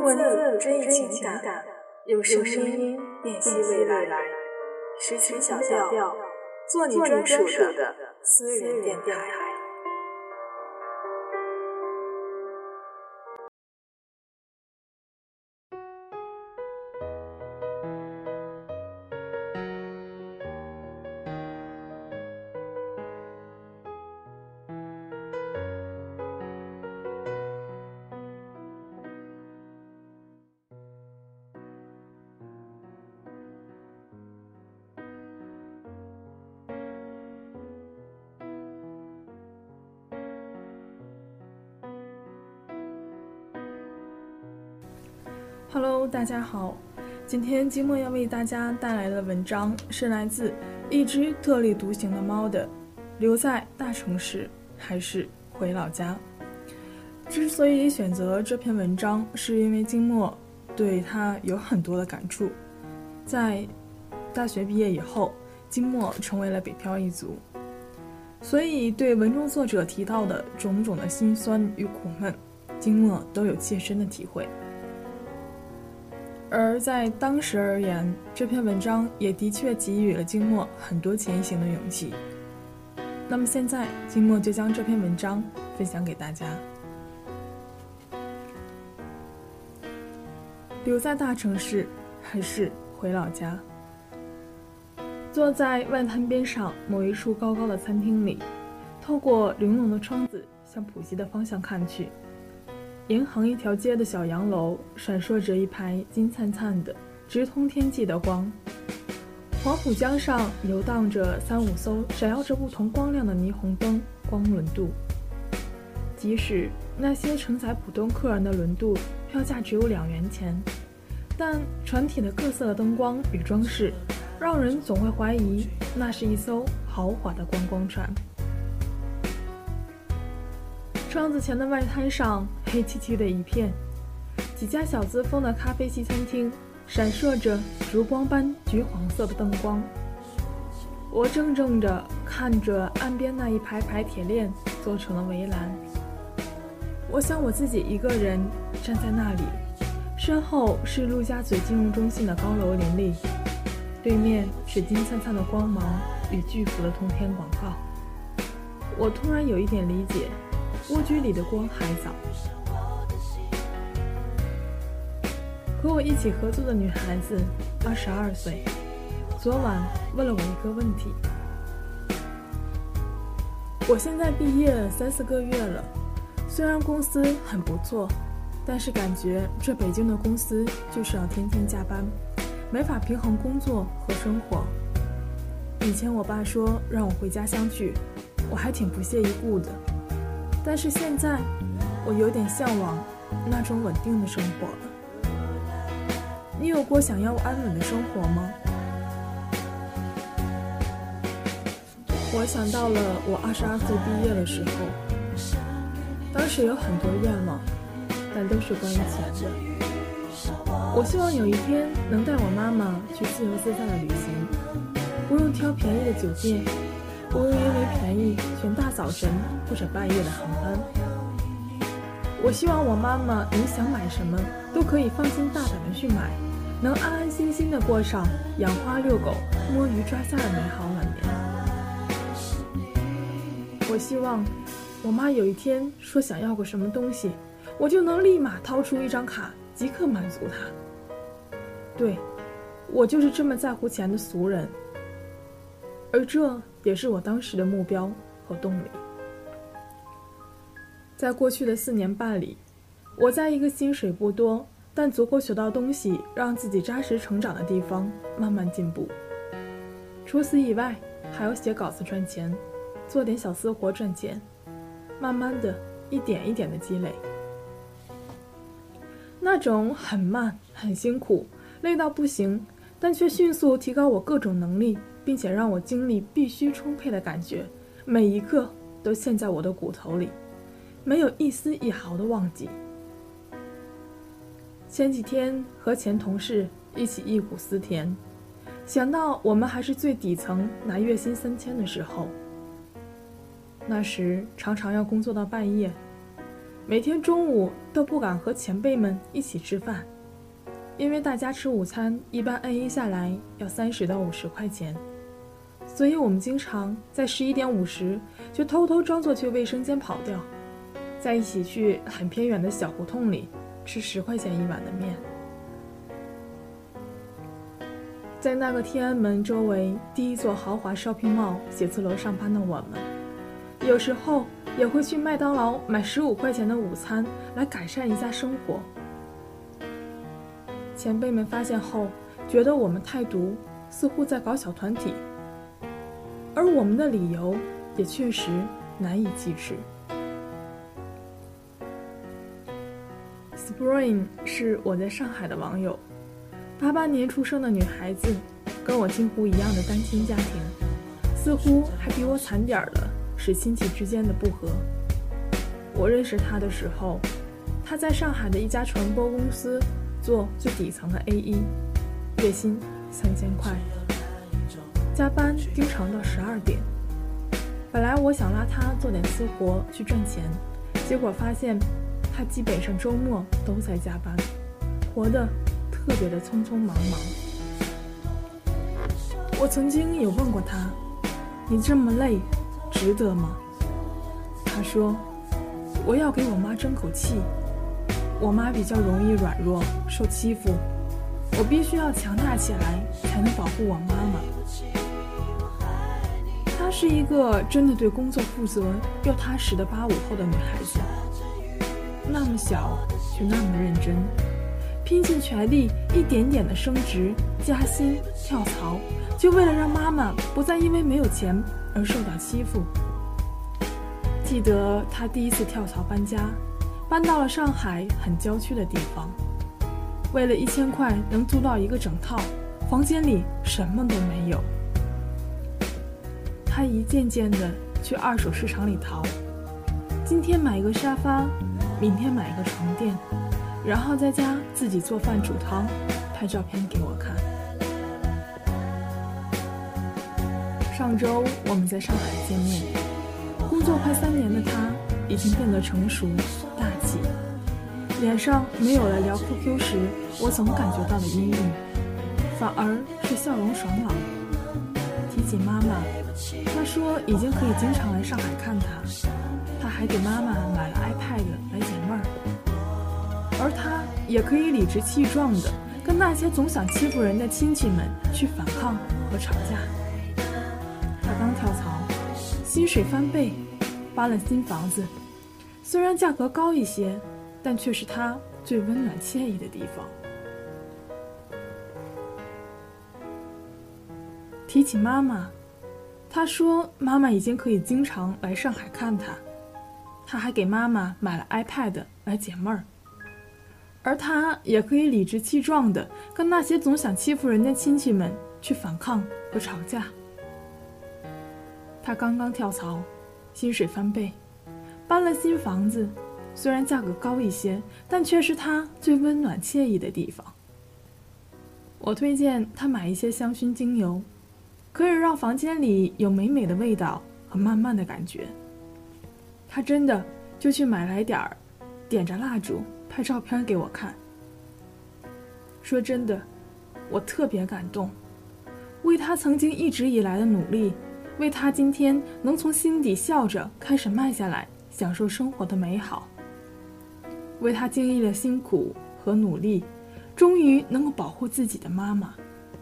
字追忆情感，用声音辨析未来。拾取小调，做你专属的私人电台。 Hello， 大家好，今天金墨要为大家带来的文章是来自一只特立独行的猫的留在大城市还是回老家。之所以选择这篇文章，是因为金墨对它有很多的感触。在大学毕业以后，金墨成为了北漂一族，所以对文中作者提到的种种的辛酸与苦闷，金墨都有切身的体会。而在当时而言，这篇文章也的确给予了金墨很多前行的勇气。那么现在，金墨就将这篇文章分享给大家。留在大城市还是回老家？坐在外滩边上某一处高高的餐厅里，透过玲珑的窗子向浦西的方向看去，沿行一条街的小洋楼闪烁着一排金灿灿的直通天际的光，黄浦江上游荡着3、5艘闪耀着不同光亮的霓虹灯光轮渡。即使那些承载普通客人的轮渡票价只有2元钱，但船体的各色的灯光与装饰让人总会怀疑那是一艘豪华的观光船。窗子前的外滩上黑漆漆的一片，几家小资风的咖啡西餐厅闪烁着烛光般橘黄色的灯光。我怔怔地看着岸边那一排排铁链做成了围栏，我想我自己一个人站在那里，身后是陆家嘴金融中心的高楼林立，对面是金灿灿的光芒与巨幅的通天广告。我突然有一点理解蜗居里的光还早。和我一起合租的女孩子22岁，昨晚问了我一个问题。我现在毕业3、4个月了，虽然公司很不错，但是感觉这北京的公司就是要天天加班，没法平衡工作和生活。以前我爸说让我回家乡去，我还挺不屑一顾的，但是现在我有点向往那种稳定的生活了。你有过想要安稳的生活吗？我想到了我22岁毕业的时候，当时有很多愿望，但都是关于钱的。我希望有一天能带我妈妈去自由自在的旅行，不用挑便宜的酒店，不用因为便宜选大早晨或者半夜的航班。我希望我妈妈能想买什么都可以放心大胆的去买，能安安心心的过上养花遛狗摸鱼抓虾的美好晚年。我希望我妈有一天说想要个什么东西，我就能立马掏出一张卡即刻满足她。对，我就是这么在乎钱的俗人，而这也是我当时的目标和动力。在过去的4年半里，我在一个薪水不多但足够学到东西让自己扎实成长的地方慢慢进步。除此以外，还要写稿子赚钱，做点小私活赚钱，慢慢的一点一点的积累。那种很慢很辛苦累到不行，但却迅速提高我各种能力并且让我精力必须充沛的感觉，每一刻都嵌在我的骨头里，没有一丝一毫的忘记。前几天和前同事一起忆苦思甜，想到我们还是最底层拿月薪3000的时候，那时常常要工作到半夜， 每天中午都不敢和前辈们一起吃饭，因为大家吃午餐一般 AA 下来要30到50块钱，所以我们经常在11点50就偷偷装作去卫生间跑掉，再一起去很偏远的小胡同里吃10块钱一碗的面。在那个天安门周围第一座豪华 shopping mall 写字楼上班的我们，有时候也会去麦当劳买15块钱的午餐来改善一下生活。前辈们发现后觉得我们太毒，似乎在搞小团体，而我们的理由也确实难以启齿。Spring 是我在上海的网友，88年出生的女孩子，跟我近乎一样的单亲家庭，似乎还比我惨点儿的是亲戚之间的不和。我认识她的时候，她在上海的一家传播公司做最底层的 A1， 月薪3000块，加班经常到12点。本来我想拉她做点私活去赚钱，结果发现她基本上周末都在加班，活得特别的匆匆忙忙。我曾经有问过她，你这么累值得吗？她说，我要给我妈争口气，我妈比较容易软弱受欺负，我必须要强大起来才能保护我妈妈。她是一个真的对工作负责又踏实的85后的女孩子，那么小却那么认真，拼尽全力一点点的升职加薪跳槽，就为了让妈妈不再因为没有钱而受到欺负。记得她第一次跳槽搬家，搬到了上海很郊区的地方，为了1000块能租到一个整套，房间里什么都没有。她一件件的去二手市场里淘，今天买一个沙发，明天买一个床垫，然后在家自己做饭煮汤，拍照片给我看。上周我们在上海见面，工作快3年的他已经变得成熟大气，脸上没有了聊 QQ 时我总感觉到的阴郁，反而是笑容爽朗。提起妈妈，他说已经可以经常来上海看他，他还给妈妈买了 iPad 来解闷儿，而他也可以理直气壮地跟那些总想欺负人的亲戚们去反抗和吵架。他刚跳槽，薪水翻倍，搬了新房子，虽然价格高一些，但却是他最温暖惬意的地方。提起妈妈，他说妈妈已经可以经常来上海看他，他还给妈妈买了 iPad 来解闷儿，而他也可以理直气壮地跟那些总想欺负人的亲戚们去反抗和吵架。他刚刚跳槽，薪水翻倍，搬了新房子，虽然价格高一些，但却是他最温暖惬意的地方。我推荐他买一些香薰精油，可以让房间里有美美的味道和慢慢的感觉。他真的就去买来点儿，点着蜡烛拍照片给我看。说真的，我特别感动，为他曾经一直以来的努力，为他今天能从心底笑着开始慢下来享受生活的美好，为他经历了辛苦和努力，终于能够保护自己的妈妈。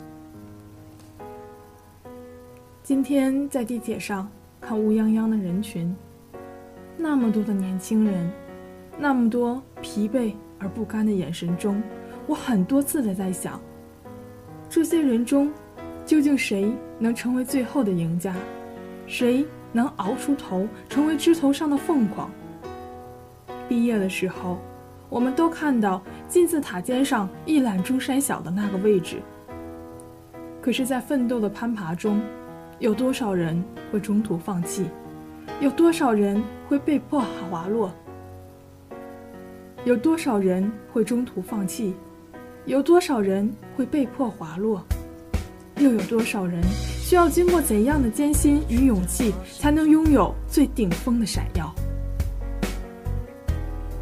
今天在地铁上看乌泱泱的人群，那么多的年轻人，那么多疲惫而不甘的眼神中，我很多次的在想，这些人中究竟谁能成为最后的赢家，谁能熬出头成为枝头上的凤凰。毕业的时候，我们都看到金字塔尖上一览众山小的那个位置，可是在奋斗的攀爬中，有多少人会中途放弃，有多少人会被迫滑落，有多少人会中途放弃，有多少人会被迫滑落，又有多少人需要经过怎样的艰辛与勇气才能拥有最顶峰的闪耀。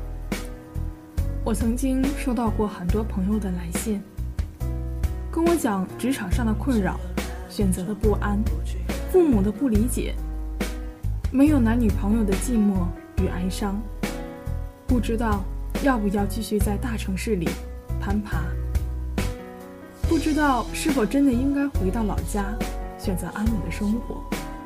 我曾经收到过很多朋友的来信，跟我讲职场上的困扰、选择的不安、父母的不理解，没有男女朋友的寂寞与哀伤，不知道要不要继续在大城市里攀爬，不知道是否真的应该回到老家，选择安稳的生活。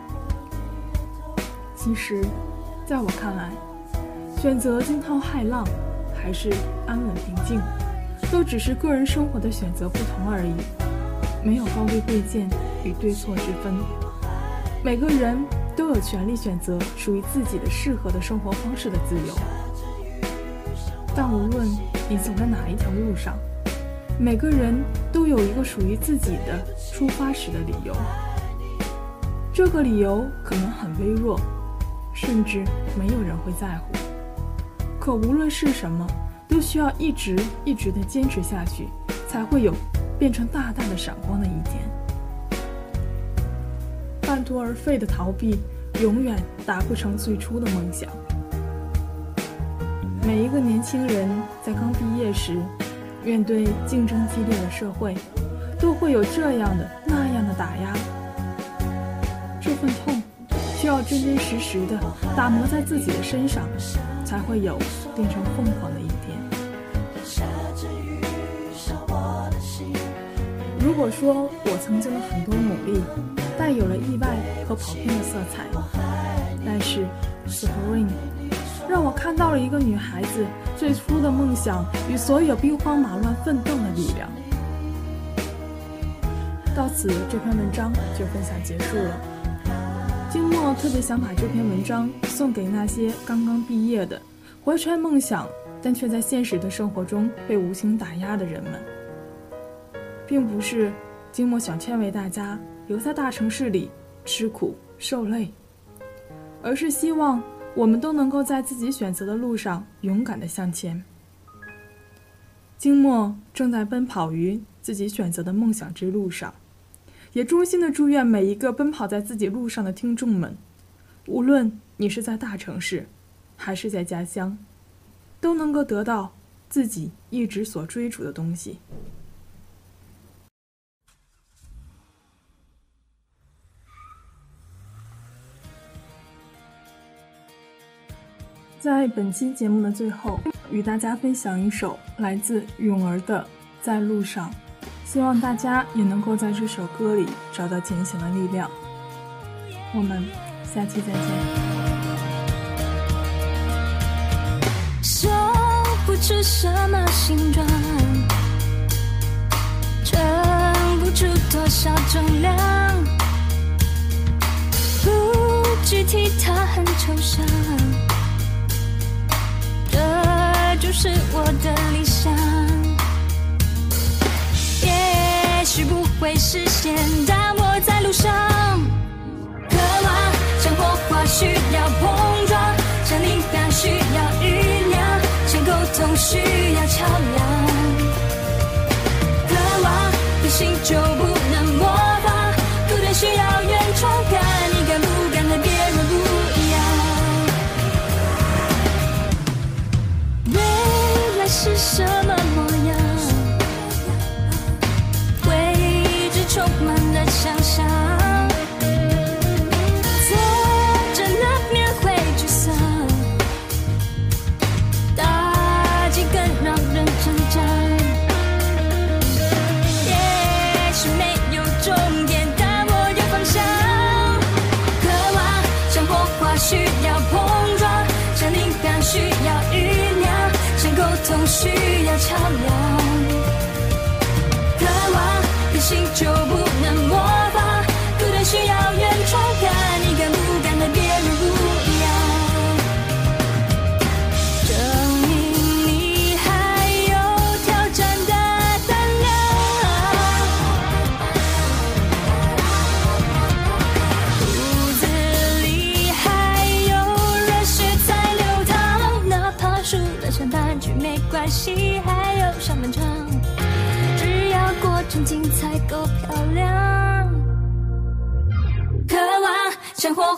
其实，在我看来，选择惊涛骇浪还是安稳平静，都只是个人生活的选择不同而已，没有高低贵贱与对错之分。每个人都有权利选择属于自己的适合的生活方式的自由。但无论你走在哪一条路上，每个人都有一个属于自己的出发时的理由。这个理由可能很微弱，甚至没有人会在乎。可无论是什么，都需要一直的坚持下去，才会有变成大大的闪光的一天。半途而废的逃避，永远达不成最初的梦想。每一个年轻人在刚毕业时，面对竞争激烈的社会，都会有这样的那样的打压。这份痛需要真真实实的打磨在自己的身上，才会有变成凤凰的一天。如果说我曾经的很多努力带有了意外和跑偏的色彩，但是 Spring 让我看到了一个女孩子最初的梦想与所有兵荒马乱奋斗的力量。到此这篇文章就分享结束了。金墨特别想把这篇文章送给那些刚刚毕业的怀揣梦想但却在现实的生活中被无情打压的人们，并不是金墨想劝慰大家留在大城市里吃苦受累，而是希望我们都能够在自己选择的路上勇敢地向前。金墨正在奔跑于自己选择的梦想之路上，也衷心地祝愿每一个奔跑在自己路上的听众们，无论你是在大城市还是在家乡，都能够得到自己一直所追逐的东西。在本期节目的最后，与大家分享一首来自咏儿的《在路上》，希望大家也能够在这首歌里找到前行的力量。我们下期再见。 说不出什么形状，称不出多少重量，不具体它很抽象，这就是我的理想。也许不会实现，但我在路上。渴望像火花需要碰撞，像灵感需要酝酿，像沟通需要桥梁。渴望的心就不能模仿，孤单需要原创，看你敢不敢和别人不一样。未来是什么模样？未知充满了想象。需要碰撞，像灵感需要酝酿，像沟通需要桥梁。渴望的心就不能模仿，孤单需要原创，看你敢不敢和别人不一样。证明你还有挑战的胆量。骨子里输了场半句没关系，还有上半场，只要过程精彩够漂亮。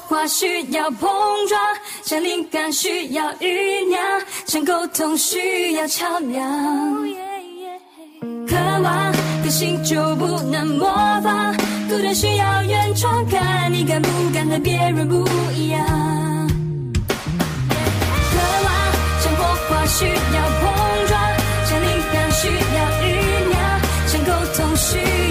话需要碰撞，像灵感需要酝酿，像沟通需要桥梁。渴望的心就不能模仿，孤单需要原创，看你敢不敢和别人不一样。渴望像火花需要碰撞，像灵感需要酝酿，像沟通需要